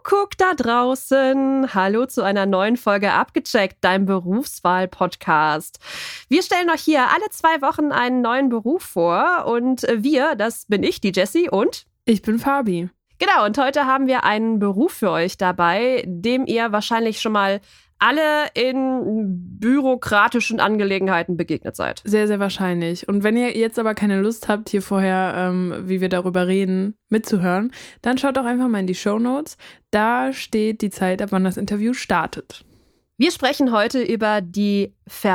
Kuckuck da draußen. Hallo zu einer neuen Folge Abgecheckt, dein Berufswahl-Podcast. Wir stellen euch hier alle 2 Wochen einen neuen Beruf vor und wir, das bin ich, die Jessie und ich bin Fabi. Genau, und heute haben wir einen Beruf für euch dabei, dem ihr wahrscheinlich schon mal alle in bürokratischen Angelegenheiten begegnet seid. Sehr, sehr wahrscheinlich. Und wenn ihr jetzt aber keine Lust habt, hier vorher, wie wir darüber reden, mitzuhören, dann schaut doch einfach mal in die Shownotes. Da steht die Zeit, ab wann das Interview startet. Wir sprechen heute über die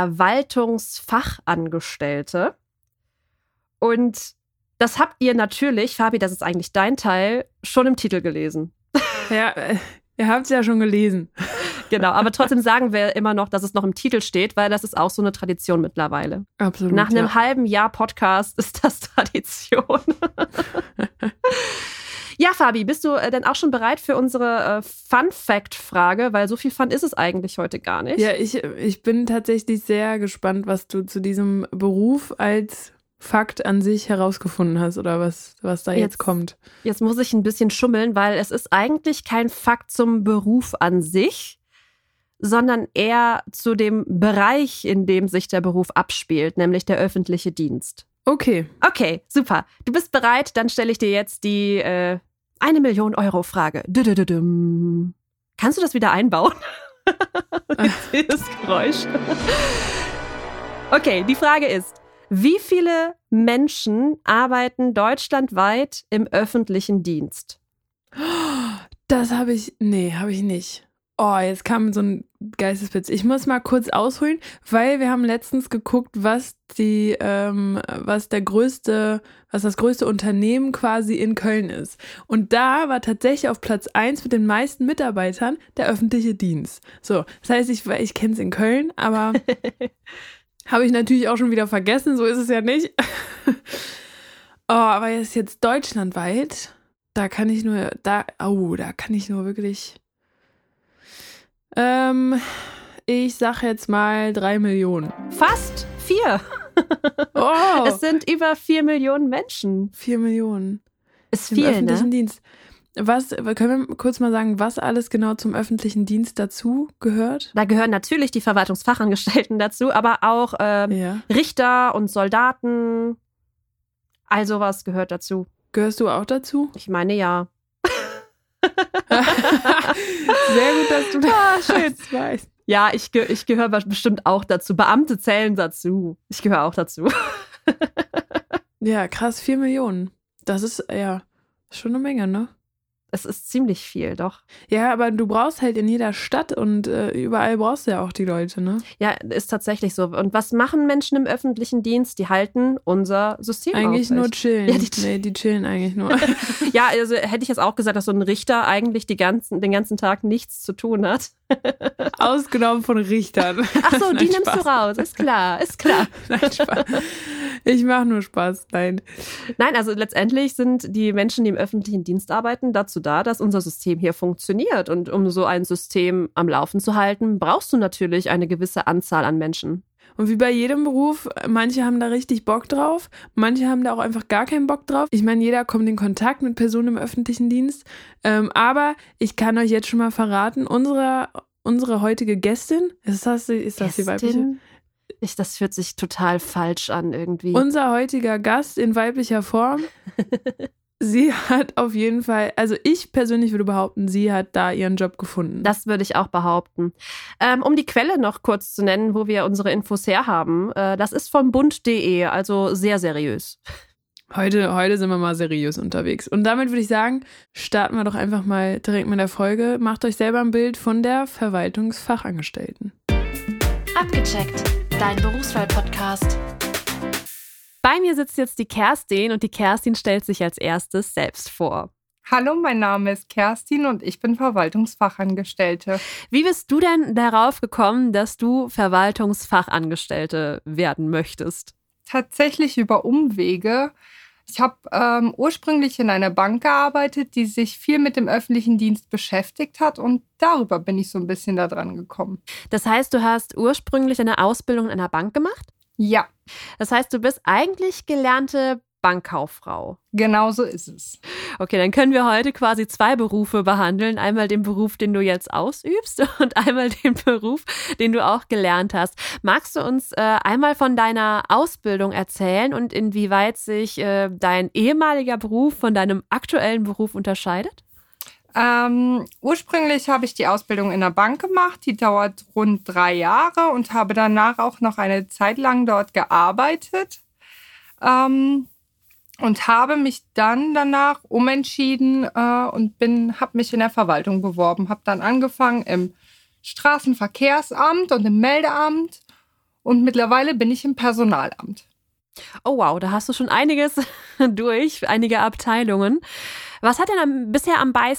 Verwaltungsfachangestellte. Und das habt ihr natürlich, Fabi, das ist eigentlich dein Teil, schon im Titel gelesen. Ja, ihr habt es ja schon gelesen. Genau, aber trotzdem sagen wir immer noch, dass es noch im Titel steht, weil das ist auch so eine Tradition mittlerweile. Absolut. Nach einem halben Jahr Podcast ist das Tradition. Ja, Fabi, bist du denn auch schon bereit für unsere Fun-Fact-Frage? Weil so viel Fun ist es eigentlich heute gar nicht. Ja, ich bin tatsächlich sehr gespannt, was du zu diesem Beruf als Fakt an sich herausgefunden hast oder was da jetzt kommt. Jetzt muss ich ein bisschen schummeln, weil es ist eigentlich kein Fakt zum Beruf an sich, sondern eher zu dem Bereich, in dem sich der Beruf abspielt, nämlich der öffentliche Dienst. Okay. Okay, super. Du bist bereit? Dann stelle ich dir jetzt die 1 Million Euro Frage. Kannst du das wieder einbauen? Dieses Geräusch. Okay, die Frage ist, wie viele Menschen arbeiten deutschlandweit im öffentlichen Dienst? Das habe ich nicht. Oh, jetzt kam so ein Geistesblitz. Ich muss mal kurz ausholen, weil wir haben letztens geguckt, was das größte Unternehmen quasi in Köln ist. Und da war tatsächlich auf Platz 1 mit den meisten Mitarbeitern der öffentliche Dienst. So, das heißt, ich kenne es in Köln, aber habe ich natürlich auch schon wieder vergessen, so ist es ja nicht. Oh, aber jetzt deutschlandweit, da kann ich nur wirklich. Ich sag jetzt mal 3 Millionen. Fast 4. Oh. Es sind über 4 Millionen Menschen. 4 Millionen. Ist viel, im öffentlichen ne? Dienst. Können wir kurz mal sagen, was alles genau zum öffentlichen Dienst dazu gehört? Da gehören natürlich die Verwaltungsfachangestellten dazu, aber auch Richter und Soldaten. All sowas gehört dazu. Gehörst du auch dazu? Ich meine, ja. Sehr gut, dass du das weißt. Ja, ich gehöre bestimmt auch dazu. Beamte zählen dazu. Ich gehöre auch dazu. Ja, krass, 4 Millionen. Das ist ja schon eine Menge, ne? Es ist ziemlich viel, doch. Ja, aber du brauchst halt in jeder Stadt und überall brauchst du ja auch die Leute, ne? Ja, ist tatsächlich so. Und was machen Menschen im öffentlichen Dienst? Die halten unser System eigentlich aufrecht. Nur chillen. Ja, die chillen eigentlich nur. Ja, also hätte ich jetzt auch gesagt, dass so ein Richter eigentlich den ganzen Tag nichts zu tun hat. Ausgenommen von Richtern. Ach so, die nimmst du raus. Ist klar. Nein, Spaß. Ich mache nur Spaß. Nein, also letztendlich sind die Menschen, die im öffentlichen Dienst arbeiten, dazu da, dass unser System hier funktioniert. Und um so ein System am Laufen zu halten, brauchst du natürlich eine gewisse Anzahl an Menschen. Und wie bei jedem Beruf, manche haben da richtig Bock drauf, manche haben da auch einfach gar keinen Bock drauf. Ich meine, jeder kommt in Kontakt mit Personen im öffentlichen Dienst. Aber ich kann euch jetzt schon mal verraten, unsere heutige Gästin, ist das die weibliche? Das fühlt sich total falsch an irgendwie. Unser heutiger Gast in weiblicher Form, sie hat auf jeden Fall, also ich persönlich würde behaupten, sie hat da ihren Job gefunden. Das würde ich auch behaupten. Um die Quelle noch kurz zu nennen, wo wir unsere Infos herhaben, das ist vom Bund.de, also sehr seriös. Heute sind wir mal seriös unterwegs. Und damit würde ich sagen, starten wir doch einfach mal direkt mit der Folge. Macht euch selber ein Bild von der Verwaltungsfachangestellten. Abgecheckt, dein Berufswahl-Podcast. Bei mir sitzt jetzt die Kerstin und die Kerstin stellt sich als erstes selbst vor. Hallo, mein Name ist Kerstin und ich bin Verwaltungsfachangestellte. Wie bist du denn darauf gekommen, dass du Verwaltungsfachangestellte werden möchtest? Tatsächlich über Umwege. Ich habe ursprünglich in einer Bank gearbeitet, die sich viel mit dem öffentlichen Dienst beschäftigt hat und darüber bin ich so ein bisschen da dran gekommen. Das heißt, du hast ursprünglich eine Ausbildung in einer Bank gemacht? Ja. Das heißt, du bist eigentlich gelernte Bankkauffrau. Genau so ist es. Okay, dann können wir heute quasi 2 Berufe behandeln. Einmal den Beruf, den du jetzt ausübst und einmal den Beruf, den du auch gelernt hast. Magst du uns einmal von deiner Ausbildung erzählen und inwieweit sich dein ehemaliger Beruf von deinem aktuellen Beruf unterscheidet? Ursprünglich habe ich die Ausbildung in der Bank gemacht. Die dauert rund 3 Jahre und habe danach auch noch eine Zeit lang dort gearbeitet. Und habe mich dann danach umentschieden und habe mich in der Verwaltung beworben. Habe dann angefangen im Straßenverkehrsamt und im Meldeamt und mittlerweile bin ich im Personalamt. Oh wow, da hast du schon einiges durch, einige Abteilungen. Was hat dir denn bisher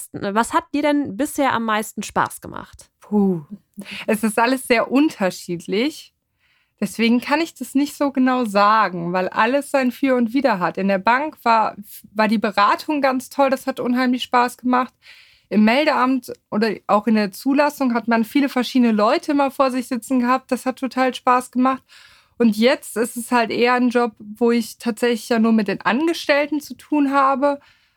am meisten Spaß gemacht? Es ist alles sehr unterschiedlich. Deswegen kann ich das nicht so genau sagen, weil alles sein Für und Wider hat. In der Bank war die Beratung ganz toll, das hat unheimlich Spaß gemacht. Im Meldeamt oder auch in der Zulassung hat man viele verschiedene Leute mal vor sich sitzen gehabt, das hat total Spaß gemacht. Und jetzt ist es halt eher ein Job, wo ich tatsächlich ja nur mit den Angestellten zu tun habe.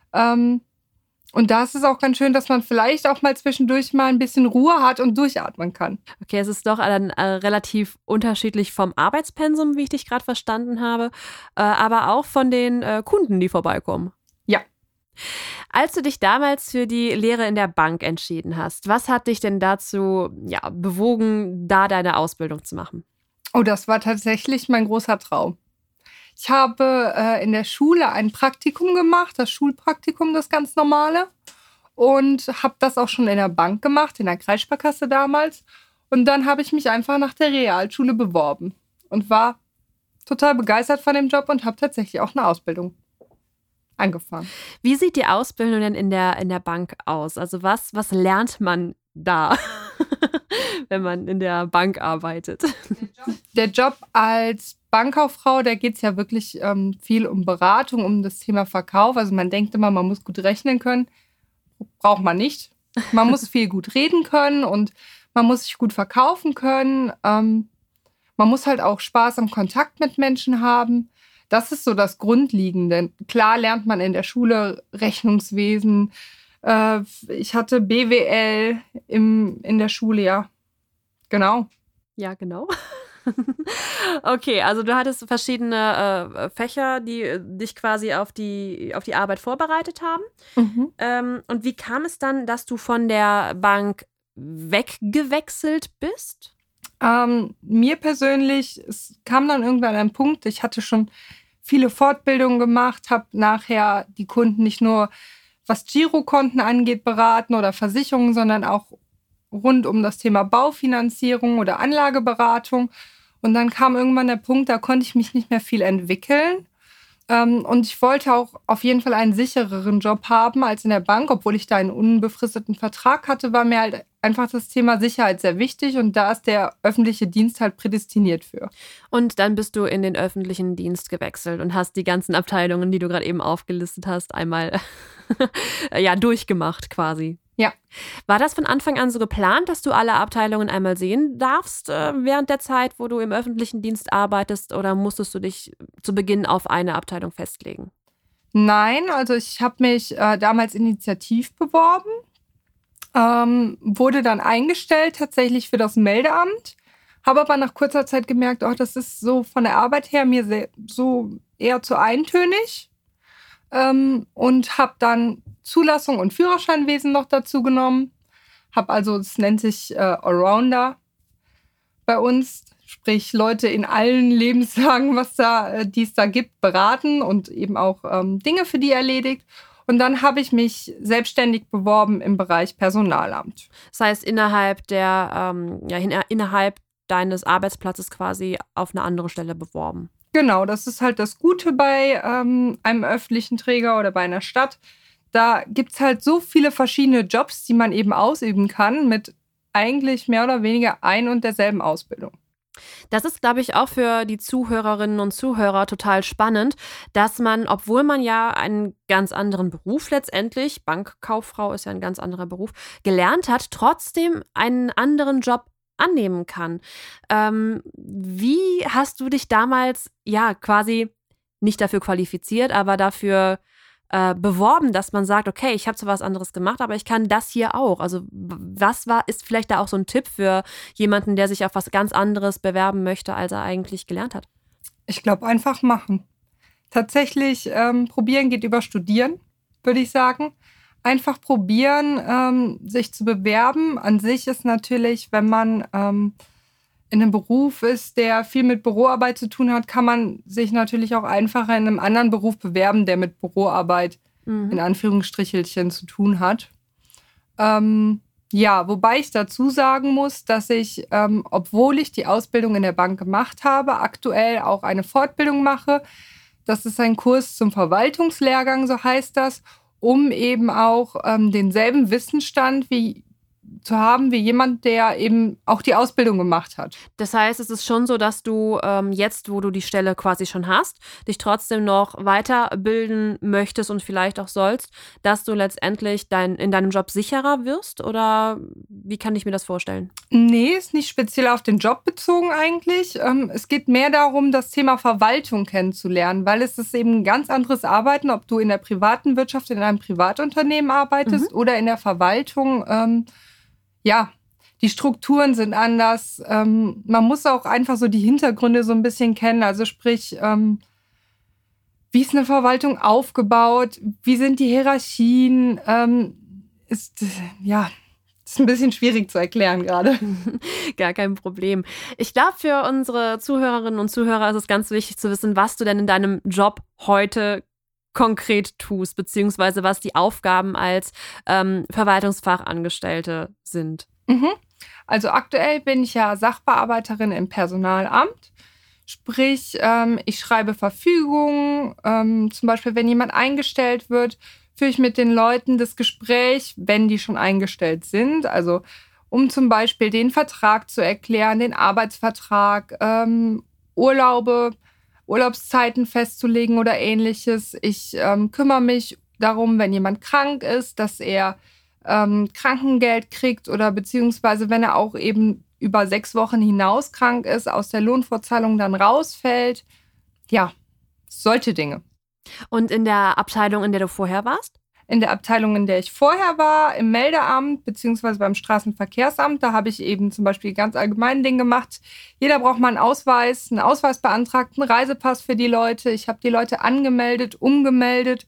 Und da ist es auch ganz schön, dass man vielleicht auch mal zwischendurch mal ein bisschen Ruhe hat und durchatmen kann. Okay, es ist doch dann relativ unterschiedlich vom Arbeitspensum, wie ich dich gerade verstanden habe, aber auch von den Kunden, die vorbeikommen. Ja. Als du dich damals für die Lehre in der Bank entschieden hast, was hat dich denn dazu bewogen, da deine Ausbildung zu machen? Oh, das war tatsächlich mein großer Traum. Ich habe in der Schule ein Praktikum gemacht, das Schulpraktikum, das ganz normale. Und habe das auch schon in der Bank gemacht, in der Kreissparkasse damals. Und dann habe ich mich einfach nach der Realschule beworben und war total begeistert von dem Job und habe tatsächlich auch eine Ausbildung angefangen. Wie sieht die Ausbildung denn in der Bank aus? Also was lernt man da, wenn man in der Bank arbeitet? Der Job als Bankkauffrau, da geht es ja wirklich viel um Beratung, um das Thema Verkauf. Also man denkt immer, man muss gut rechnen können. Braucht man nicht. Man muss viel gut reden können und man muss sich gut verkaufen können. Man muss halt auch Spaß am Kontakt mit Menschen haben. Das ist so das Grundlegende. Klar lernt man in der Schule Rechnungswesen. Ich hatte BWL in der Schule, ja. Genau. Ja, genau. Okay, also du hattest verschiedene Fächer, die dich quasi auf die Arbeit vorbereitet haben. Mhm. Und wie kam es dann, dass du von der Bank weggewechselt bist? Mir persönlich, es kam dann irgendwann ein Punkt, ich hatte schon viele Fortbildungen gemacht, habe nachher die Kunden nicht nur, was Girokonten angeht, beraten oder Versicherungen, sondern auch rund um das Thema Baufinanzierung oder Anlageberatung. Und dann kam irgendwann der Punkt, da konnte ich mich nicht mehr viel entwickeln. Und ich wollte auch auf jeden Fall einen sichereren Job haben als in der Bank. Obwohl ich da einen unbefristeten Vertrag hatte, war mir halt einfach das Thema Sicherheit sehr wichtig. Und da ist der öffentliche Dienst halt prädestiniert für. Und dann bist du in den öffentlichen Dienst gewechselt und hast die ganzen Abteilungen, die du gerade eben aufgelistet hast, einmal durchgemacht quasi. Ja. War das von Anfang an so geplant, dass du alle Abteilungen einmal sehen darfst während der Zeit, wo du im öffentlichen Dienst arbeitest, oder musstest du dich zu Beginn auf eine Abteilung festlegen? Nein, also ich habe mich damals initiativ beworben, wurde dann eingestellt tatsächlich für das Meldeamt, habe aber nach kurzer Zeit gemerkt, das ist so von der Arbeit her mir so eher zu eintönig, und habe dann Zulassung und Führerscheinwesen noch dazu genommen. Habe also, das nennt sich Allrounder bei uns, sprich Leute in allen Lebenslagen, die es da gibt, beraten und eben auch Dinge für die erledigt. Und dann habe ich mich selbstständig beworben im Bereich Personalamt. Das heißt, innerhalb deines Arbeitsplatzes quasi auf eine andere Stelle beworben. Genau, das ist halt das Gute bei einem öffentlichen Träger oder bei einer Stadt. Da gibt es halt so viele verschiedene Jobs, die man eben ausüben kann mit eigentlich mehr oder weniger ein und derselben Ausbildung. Das ist, glaube ich, auch für die Zuhörerinnen und Zuhörer total spannend, dass man, obwohl man ja einen ganz anderen Beruf letztendlich, Bankkauffrau ist ja ein ganz anderer Beruf, gelernt hat, trotzdem einen anderen Job annehmen kann. Wie hast du dich damals quasi nicht dafür qualifiziert, aber dafür beworben, dass man sagt, okay, ich habe zwar was anderes gemacht, aber ich kann das hier auch. Also ist vielleicht da auch so ein Tipp für jemanden, der sich auf was ganz anderes bewerben möchte, als er eigentlich gelernt hat? Ich glaube, einfach machen. Tatsächlich probieren geht über studieren, würde ich sagen. Einfach probieren, sich zu bewerben. An sich ist natürlich, wenn man in einem Beruf ist, der viel mit Büroarbeit zu tun hat, kann man sich natürlich auch einfacher in einem anderen Beruf bewerben, der mit Büroarbeit in Anführungsstrichelchen zu tun hat. Wobei ich dazu sagen muss, dass ich, obwohl ich die Ausbildung in der Bank gemacht habe, aktuell auch eine Fortbildung mache. Das ist ein Kurs zum Verwaltungslehrgang, so heißt das, um eben auch denselben Wissensstand zu haben wie jemand, der eben auch die Ausbildung gemacht hat. Das heißt, es ist schon so, dass du jetzt, wo du die Stelle quasi schon hast, dich trotzdem noch weiterbilden möchtest und vielleicht auch sollst, dass du letztendlich in deinem Job sicherer wirst? Oder wie kann ich mir das vorstellen? Nee, ist nicht speziell auf den Job bezogen eigentlich. Es geht mehr darum, das Thema Verwaltung kennenzulernen, weil es ist eben ein ganz anderes Arbeiten, ob du in der privaten Wirtschaft in einem Privatunternehmen arbeitest oder in der Verwaltung. Die Strukturen sind anders. Man muss auch einfach so die Hintergründe so ein bisschen kennen. Also sprich, wie ist eine Verwaltung aufgebaut? Wie sind die Hierarchien? Ist ein bisschen schwierig zu erklären gerade. Gar kein Problem. Ich glaube, für unsere Zuhörerinnen und Zuhörer ist es ganz wichtig zu wissen, was du denn in deinem Job heute konkret tust, beziehungsweise was die Aufgaben als Verwaltungsfachangestellte sind. Also aktuell bin ich ja Sachbearbeiterin im Personalamt. Sprich, ich schreibe Verfügungen. Zum Beispiel, wenn jemand eingestellt wird, führe ich mit den Leuten das Gespräch, wenn die schon eingestellt sind. Also um zum Beispiel den Vertrag zu erklären, den Arbeitsvertrag, Urlaubszeiten festzulegen oder ähnliches. Ich kümmere mich darum, wenn jemand krank ist, dass er Krankengeld kriegt oder beziehungsweise wenn er auch eben über 6 Wochen hinaus krank ist, aus der Lohnfortzahlung dann rausfällt. Ja, solche Dinge. Und in der Abteilung, in der du vorher warst? In der Abteilung, in der ich vorher war, im Meldeamt beziehungsweise beim Straßenverkehrsamt, da habe ich eben zum Beispiel ganz allgemein Dinge gemacht. Jeder braucht mal einen Ausweis beantragt, einen Reisepass für die Leute. Ich habe die Leute angemeldet, umgemeldet,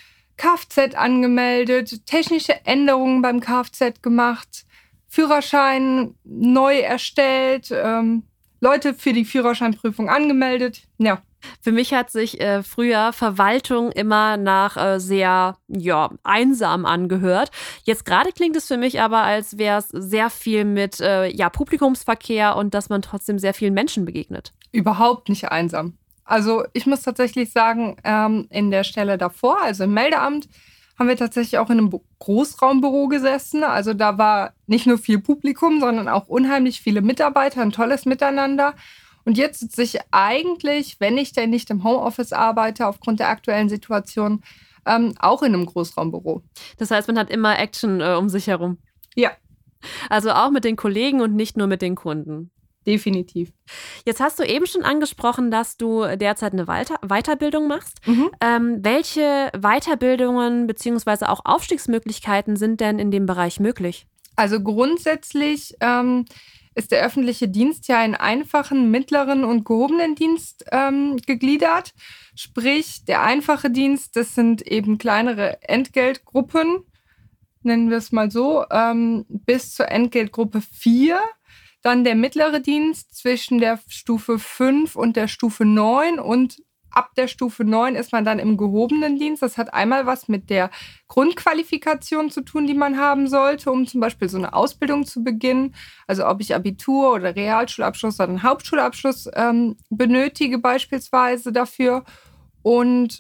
Kfz angemeldet, technische Änderungen beim Kfz gemacht, Führerschein neu erstellt, Leute für die Führerscheinprüfung angemeldet. Ja. Für mich hat sich früher Verwaltung immer nach sehr einsam angehört. Jetzt gerade klingt es für mich aber, als wäre es sehr viel mit Publikumsverkehr und dass man trotzdem sehr vielen Menschen begegnet. Überhaupt nicht einsam. Also ich muss tatsächlich sagen, in der Stelle davor, also im Meldeamt, haben wir tatsächlich auch in einem Großraumbüro gesessen. Also da war nicht nur viel Publikum, sondern auch unheimlich viele Mitarbeiter, ein tolles Miteinander. Und jetzt sitze ich eigentlich, wenn ich denn nicht im Homeoffice arbeite, aufgrund der aktuellen Situation, auch in einem Großraumbüro. Das heißt, man hat immer Action um sich herum. Ja. Also auch mit den Kollegen und nicht nur mit den Kunden. Definitiv. Jetzt hast du eben schon angesprochen, dass du derzeit eine Weiterbildung machst. Welche Weiterbildungen bzw. auch Aufstiegsmöglichkeiten sind denn in dem Bereich möglich? Also grundsätzlich ist der öffentliche Dienst ja in einfachen, mittleren und gehobenen Dienst gegliedert. Sprich, der einfache Dienst, das sind eben kleinere Entgeltgruppen, nennen wir es mal so, bis zur Entgeltgruppe 4. Dann der mittlere Dienst zwischen der Stufe 5 und der Stufe 9 und ab der Stufe 9 ist man dann im gehobenen Dienst. Das hat einmal was mit der Grundqualifikation zu tun, die man haben sollte, um zum Beispiel so eine Ausbildung zu beginnen. Also ob ich Abitur oder Realschulabschluss oder einen Hauptschulabschluss benötige beispielsweise dafür. Und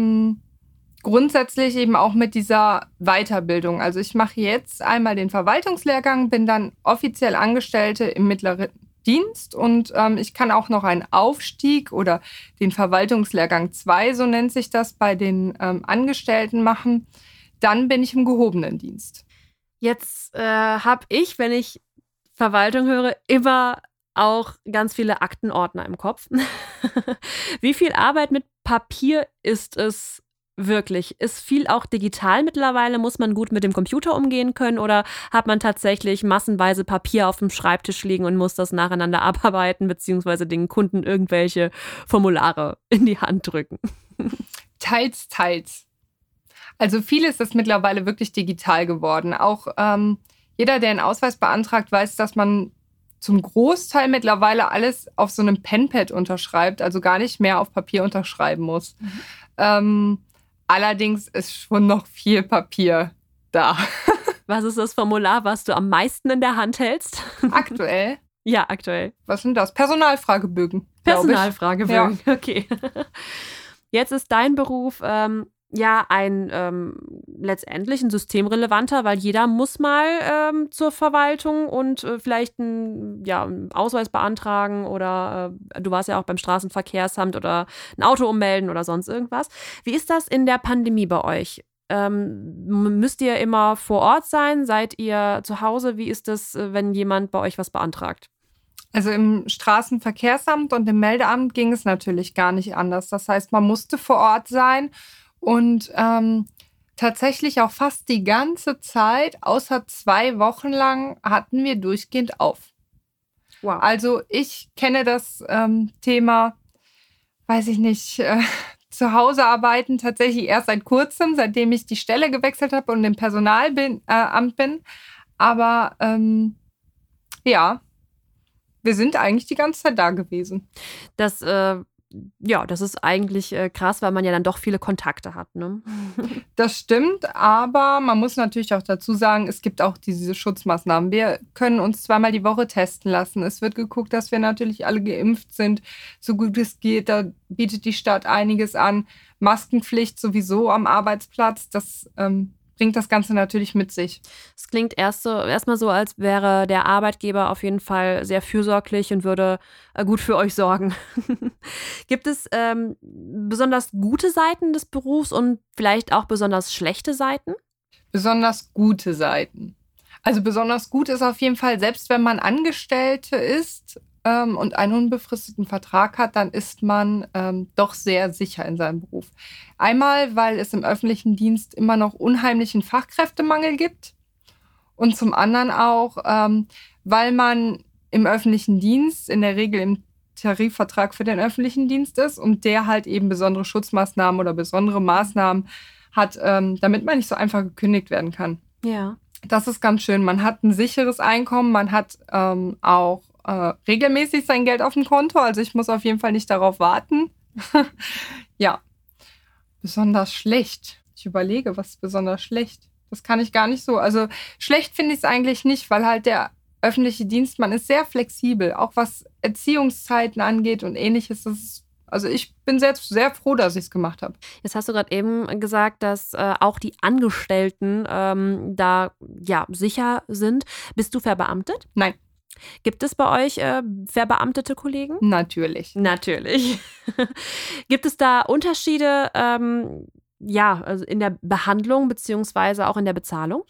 grundsätzlich eben auch mit dieser Weiterbildung. Also ich mache jetzt einmal den Verwaltungslehrgang, bin dann offiziell Angestellte im mittleren Dienst und ich kann auch noch einen Aufstieg oder den Verwaltungslehrgang 2, so nennt sich das, bei den Angestellten machen. Dann bin ich im gehobenen Dienst. Jetzt habe ich, wenn ich Verwaltung höre, immer auch ganz viele Aktenordner im Kopf. Wie viel Arbeit mit Papier ist es wirklich? Ist viel auch digital mittlerweile? Muss man gut mit dem Computer umgehen können oder hat man tatsächlich massenweise Papier auf dem Schreibtisch liegen und muss das nacheinander abarbeiten, beziehungsweise den Kunden irgendwelche Formulare in die Hand drücken? Teils, teils. Also vieles ist mittlerweile wirklich digital geworden. Auch jeder, der einen Ausweis beantragt, weiß, dass man zum Großteil mittlerweile alles auf so einem Penpad unterschreibt, also gar nicht mehr auf Papier unterschreiben muss. Allerdings ist schon noch viel Papier da. Was ist das Formular, was du am meisten in der Hand hältst? Aktuell? Ja, aktuell. Was sind das? Personalfragebögen. Personalfragebögen, Ja. Okay. Jetzt ist dein Beruf letztendlich ein systemrelevanter, weil jeder muss mal zur Verwaltung und vielleicht einen Ausweis beantragen oder du warst ja auch beim Straßenverkehrsamt oder ein Auto ummelden oder sonst irgendwas. Wie ist das in der Pandemie bei euch? Müsst ihr immer vor Ort sein? Seid ihr zu Hause? Wie ist das, wenn jemand bei euch was beantragt? Also im Straßenverkehrsamt und im Meldeamt ging es natürlich gar nicht anders. Das heißt, man musste vor Ort sein und tatsächlich auch fast die ganze Zeit, außer 2 Wochen lang, hatten wir durchgehend auf. Wow. Also ich kenne das Thema, weiß ich nicht, zu Hause arbeiten tatsächlich erst seit kurzem, seitdem ich die Stelle gewechselt habe und im Personalamt bin. Aber ja, wir sind eigentlich die ganze Zeit da gewesen. Das ist eigentlich krass, weil man ja dann doch viele Kontakte hat, ne? Das stimmt, aber man muss natürlich auch dazu sagen, es gibt auch diese Schutzmaßnahmen. Wir können uns 2-mal die Woche testen lassen. Es wird geguckt, dass wir natürlich alle geimpft sind, so gut es geht. Da bietet die Stadt einiges an. Maskenpflicht sowieso am Arbeitsplatz. Das bringt das Ganze natürlich mit sich. Es klingt erstmal so, als wäre der Arbeitgeber auf jeden Fall sehr fürsorglich und würde gut für euch sorgen. Gibt es besonders gute Seiten des Berufs und vielleicht auch besonders schlechte Seiten? Besonders gute Seiten. Also besonders gut ist auf jeden Fall, selbst wenn man Angestellte ist und einen unbefristeten Vertrag hat, dann ist man doch sehr sicher in seinem Beruf. Einmal, weil es im öffentlichen Dienst immer noch unheimlichen Fachkräftemangel gibt und zum anderen auch, weil man im öffentlichen Dienst in der Regel im Tarifvertrag für den öffentlichen Dienst ist und der halt eben besondere Schutzmaßnahmen oder besondere Maßnahmen hat, damit man nicht so einfach gekündigt werden kann. Ja. Das ist ganz schön. Man hat ein sicheres Einkommen, man hat auch regelmäßig sein Geld auf dem Konto. Also ich muss auf jeden Fall nicht darauf warten. Ja, besonders schlecht. Ich überlege, was ist besonders schlecht? Das kann ich gar nicht so. Also schlecht finde ich es eigentlich nicht, weil halt der öffentliche Dienst, man ist sehr flexibel, auch was Erziehungszeiten angeht und ähnliches. Also ich bin sehr, sehr froh, dass ich es gemacht habe. Jetzt hast du gerade eben gesagt, dass auch die Angestellten da sicher sind. Bist du verbeamtet? Nein. Gibt es bei euch verbeamtete Kollegen? Natürlich. Natürlich. Gibt es da Unterschiede also in der Behandlung beziehungsweise auch in der Bezahlung?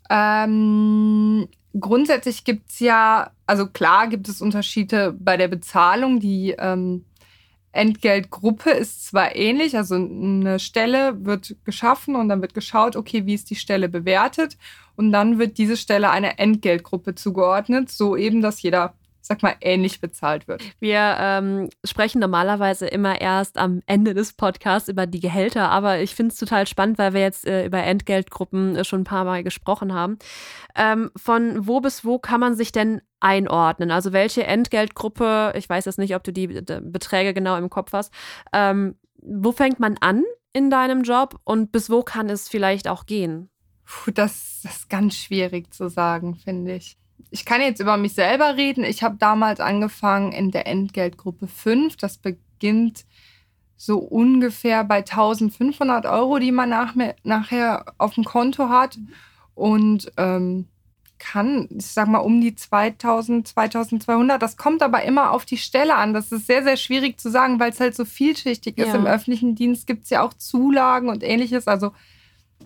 Grundsätzlich gibt es also klar gibt es Unterschiede bei der Bezahlung. Die Entgeltgruppe ist zwar ähnlich, also eine Stelle wird geschaffen und dann wird geschaut, okay, wie ist die Stelle bewertet und dann wird diese Stelle einer Entgeltgruppe zugeordnet, so eben, dass jeder, ähnlich bezahlt wird. Wir sprechen normalerweise immer erst am Ende des Podcasts über die Gehälter, aber ich finde es total spannend, weil wir jetzt über Entgeltgruppen schon ein paar Mal gesprochen haben. Von wo bis wo kann man sich denn einordnen? Also welche Entgeltgruppe, ich weiß jetzt nicht, ob du die Beträge genau im Kopf hast, wo fängt man an in deinem Job und bis wo kann es vielleicht auch gehen? Das ist ganz schwierig zu sagen, finde ich. Ich kann jetzt über mich selber reden. Ich habe damals angefangen in der Entgeltgruppe 5. Das beginnt so ungefähr bei 1.500 €, die man nachher auf dem Konto hat. Und kann, um die 2.000, 2.200. Das kommt aber immer auf die Stelle an. Das ist sehr, sehr schwierig zu sagen, weil es halt so vielschichtig ist. Im öffentlichen Dienst gibt es ja auch Zulagen und Ähnliches. Also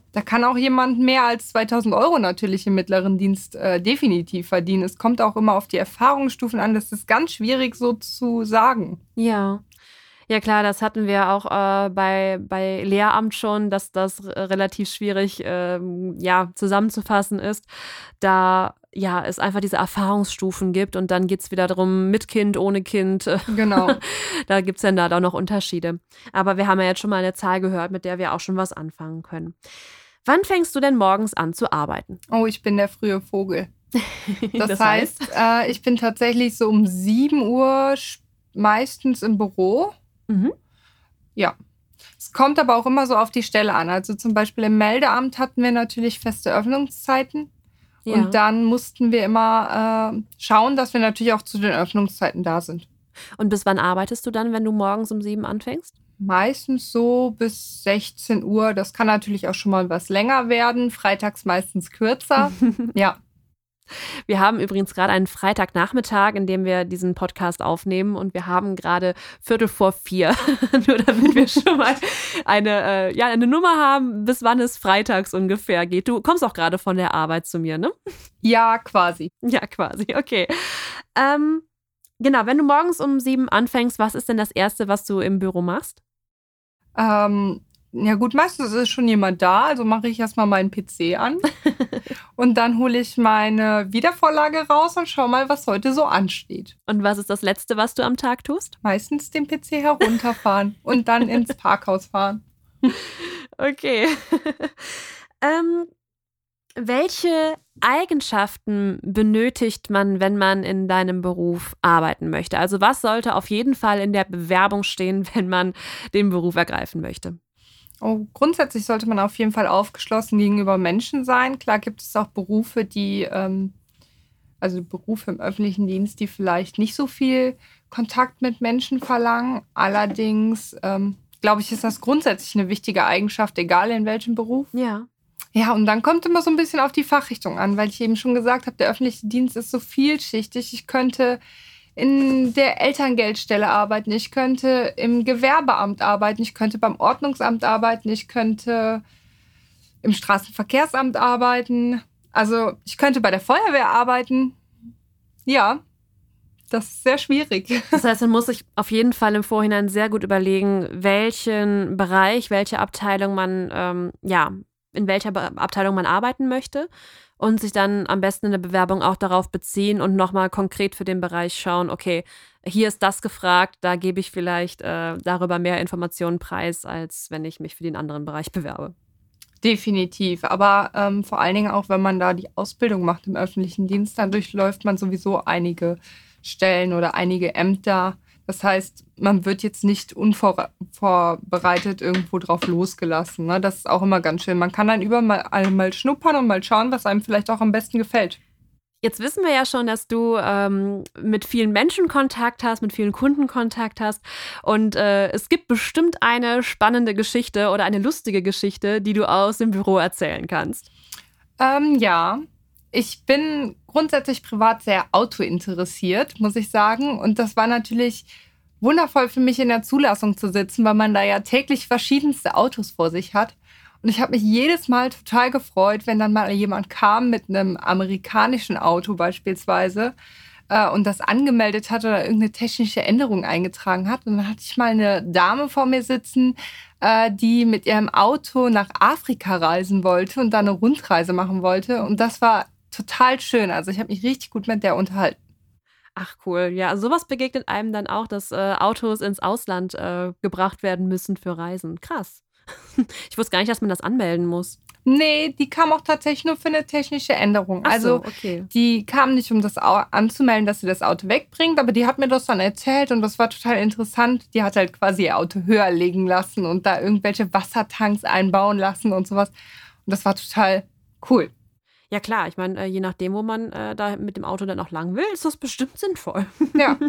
Da kann auch jemand mehr als 2.000 Euro natürlich im mittleren Dienst definitiv verdienen. Es kommt auch immer auf die Erfahrungsstufen an. Das ist ganz schwierig so zu sagen. Ja. Ja klar, das hatten wir auch bei Lehramt schon, dass das relativ schwierig zusammenzufassen ist, da es einfach diese Erfahrungsstufen gibt und dann geht es wieder darum, mit Kind, ohne Kind. Genau. Da gibt es dann da noch Unterschiede. Aber wir haben ja jetzt schon mal eine Zahl gehört, mit der wir auch schon was anfangen können. Wann fängst du denn morgens an zu arbeiten? Oh, ich bin der frühe Vogel. Das heißt, ich bin tatsächlich so um 7 Uhr meistens im Büro. Mhm. Ja. Es kommt aber auch immer so auf die Stelle an. Also zum Beispiel im Meldeamt hatten wir natürlich feste Öffnungszeiten. Ja. Und dann mussten wir immer schauen, dass wir natürlich auch zu den Öffnungszeiten da sind. Und bis wann arbeitest du dann, wenn du morgens um 7 anfängst? Meistens so bis 16 Uhr. Das kann natürlich auch schon mal was länger werden. Freitags meistens kürzer. Ja. Wir haben übrigens gerade einen Freitagnachmittag, in dem wir diesen Podcast aufnehmen und wir haben gerade 3:45. Nur damit wir schon mal eine Nummer haben, bis wann es freitags ungefähr geht. Du kommst auch gerade von der Arbeit zu mir, ne? Ja, quasi. Ja, quasi, okay. Genau, wenn du morgens um 7 anfängst, was ist denn das Erste, was du im Büro machst? Ja gut, meistens ist schon jemand da, also mache ich erstmal meinen PC an und dann hole ich meine Wiedervorlage raus und schau mal, was heute so ansteht. Und was ist das Letzte, was du am Tag tust? Meistens den PC herunterfahren und dann ins Parkhaus fahren. Okay. Welche Eigenschaften benötigt man, wenn man in deinem Beruf arbeiten möchte? Also was sollte auf jeden Fall in der Bewerbung stehen, wenn man den Beruf ergreifen möchte? Oh, grundsätzlich sollte man auf jeden Fall aufgeschlossen gegenüber Menschen sein. Klar gibt es auch Berufe, Berufe im öffentlichen Dienst, die vielleicht nicht so viel Kontakt mit Menschen verlangen. Allerdings, glaube ich, ist das grundsätzlich eine wichtige Eigenschaft, egal in welchem Beruf. Ja. Ja, und dann kommt immer so ein bisschen auf die Fachrichtung an, weil ich eben schon gesagt habe, der öffentliche Dienst ist so vielschichtig. Ich könnte in der Elterngeldstelle arbeiten, ich könnte im Gewerbeamt arbeiten, ich könnte beim Ordnungsamt arbeiten, ich könnte im Straßenverkehrsamt arbeiten, also ich könnte bei der Feuerwehr arbeiten. Ja, das ist sehr schwierig. Das heißt, man muss sich auf jeden Fall im Vorhinein sehr gut überlegen, welchen Bereich, welche Abteilung man, in welcher Abteilung man arbeiten möchte und sich dann am besten in der Bewerbung auch darauf beziehen und nochmal konkret für den Bereich schauen, okay, hier ist das gefragt, da gebe ich vielleicht darüber mehr Informationen preis, als wenn ich mich für den anderen Bereich bewerbe. Definitiv, aber vor allen Dingen auch, wenn man da die Ausbildung macht im öffentlichen Dienst, dann durchläuft man sowieso einige Stellen oder einige Ämter. Das heißt, man wird jetzt nicht unvorbereitet irgendwo drauf losgelassen. Ne? Das ist auch immer ganz schön. Man kann dann überall mal schnuppern und mal schauen, was einem vielleicht auch am besten gefällt. Jetzt wissen wir ja schon, dass du mit vielen Menschen Kontakt hast, mit vielen Kunden Kontakt hast. Und es gibt bestimmt eine spannende Geschichte oder eine lustige Geschichte, die du aus dem Büro erzählen kannst. Ja, ich bin grundsätzlich privat sehr autointeressiert, muss ich sagen. Und das war natürlich wundervoll für mich in der Zulassung zu sitzen, weil man da ja täglich verschiedenste Autos vor sich hat. Und ich habe mich jedes Mal total gefreut, wenn dann mal jemand kam mit einem amerikanischen Auto beispielsweise und das angemeldet hat oder irgendeine technische Änderung eingetragen hat. Und dann hatte ich mal eine Dame vor mir sitzen, die mit ihrem Auto nach Afrika reisen wollte und da eine Rundreise machen wollte. Und das war total schön. Also ich habe mich richtig gut mit der unterhalten. Ach cool, ja, sowas begegnet einem dann auch, dass Autos ins Ausland gebracht werden müssen für Reisen. Krass. Ich wusste gar nicht, dass man das anmelden muss. Nee, die kam auch tatsächlich nur für eine technische Änderung. Ach so, also okay. Die kam nicht, um das anzumelden, dass sie das Auto wegbringt, aber die hat mir das dann erzählt und das war total interessant. Die hat halt quasi ihr Auto höher legen lassen und da irgendwelche Wassertanks einbauen lassen und sowas. Und das war total cool. Ja klar, ich meine, je nachdem, wo man da mit dem Auto dann auch lang will, ist das bestimmt sinnvoll. Ja.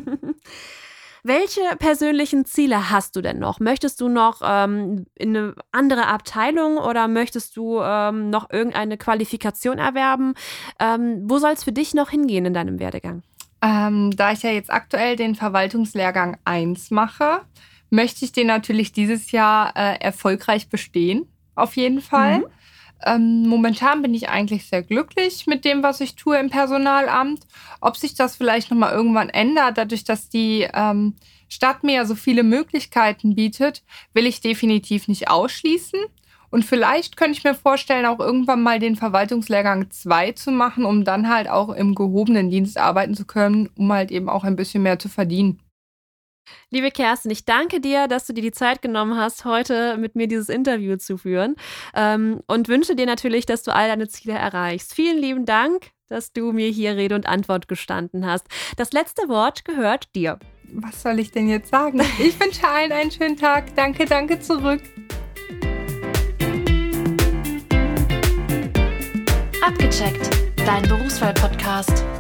Welche persönlichen Ziele hast du denn noch? Möchtest du noch in eine andere Abteilung oder möchtest du noch irgendeine Qualifikation erwerben? Wo soll es für dich noch hingehen in deinem Werdegang? Da ich ja jetzt aktuell den Verwaltungslehrgang 1 mache, möchte ich den natürlich dieses Jahr erfolgreich bestehen, auf jeden Fall. Momentan bin ich eigentlich sehr glücklich mit dem, was ich tue im Personalamt. Ob sich das vielleicht nochmal irgendwann ändert, dadurch, dass die Stadt mir ja so viele Möglichkeiten bietet, will ich definitiv nicht ausschließen. Und vielleicht könnte ich mir vorstellen, auch irgendwann mal den Verwaltungslehrgang 2 zu machen, um dann halt auch im gehobenen Dienst arbeiten zu können, um halt eben auch ein bisschen mehr zu verdienen. Liebe Kerstin, ich danke dir, dass du dir die Zeit genommen hast, heute mit mir dieses Interview zu führen und wünsche dir natürlich, dass du all deine Ziele erreichst. Vielen lieben Dank, dass du mir hier Rede und Antwort gestanden hast. Das letzte Wort gehört dir. Was soll ich denn jetzt sagen? Ich wünsche allen einen schönen Tag. Danke zurück. Abgecheckt, dein Berufswahl-Podcast.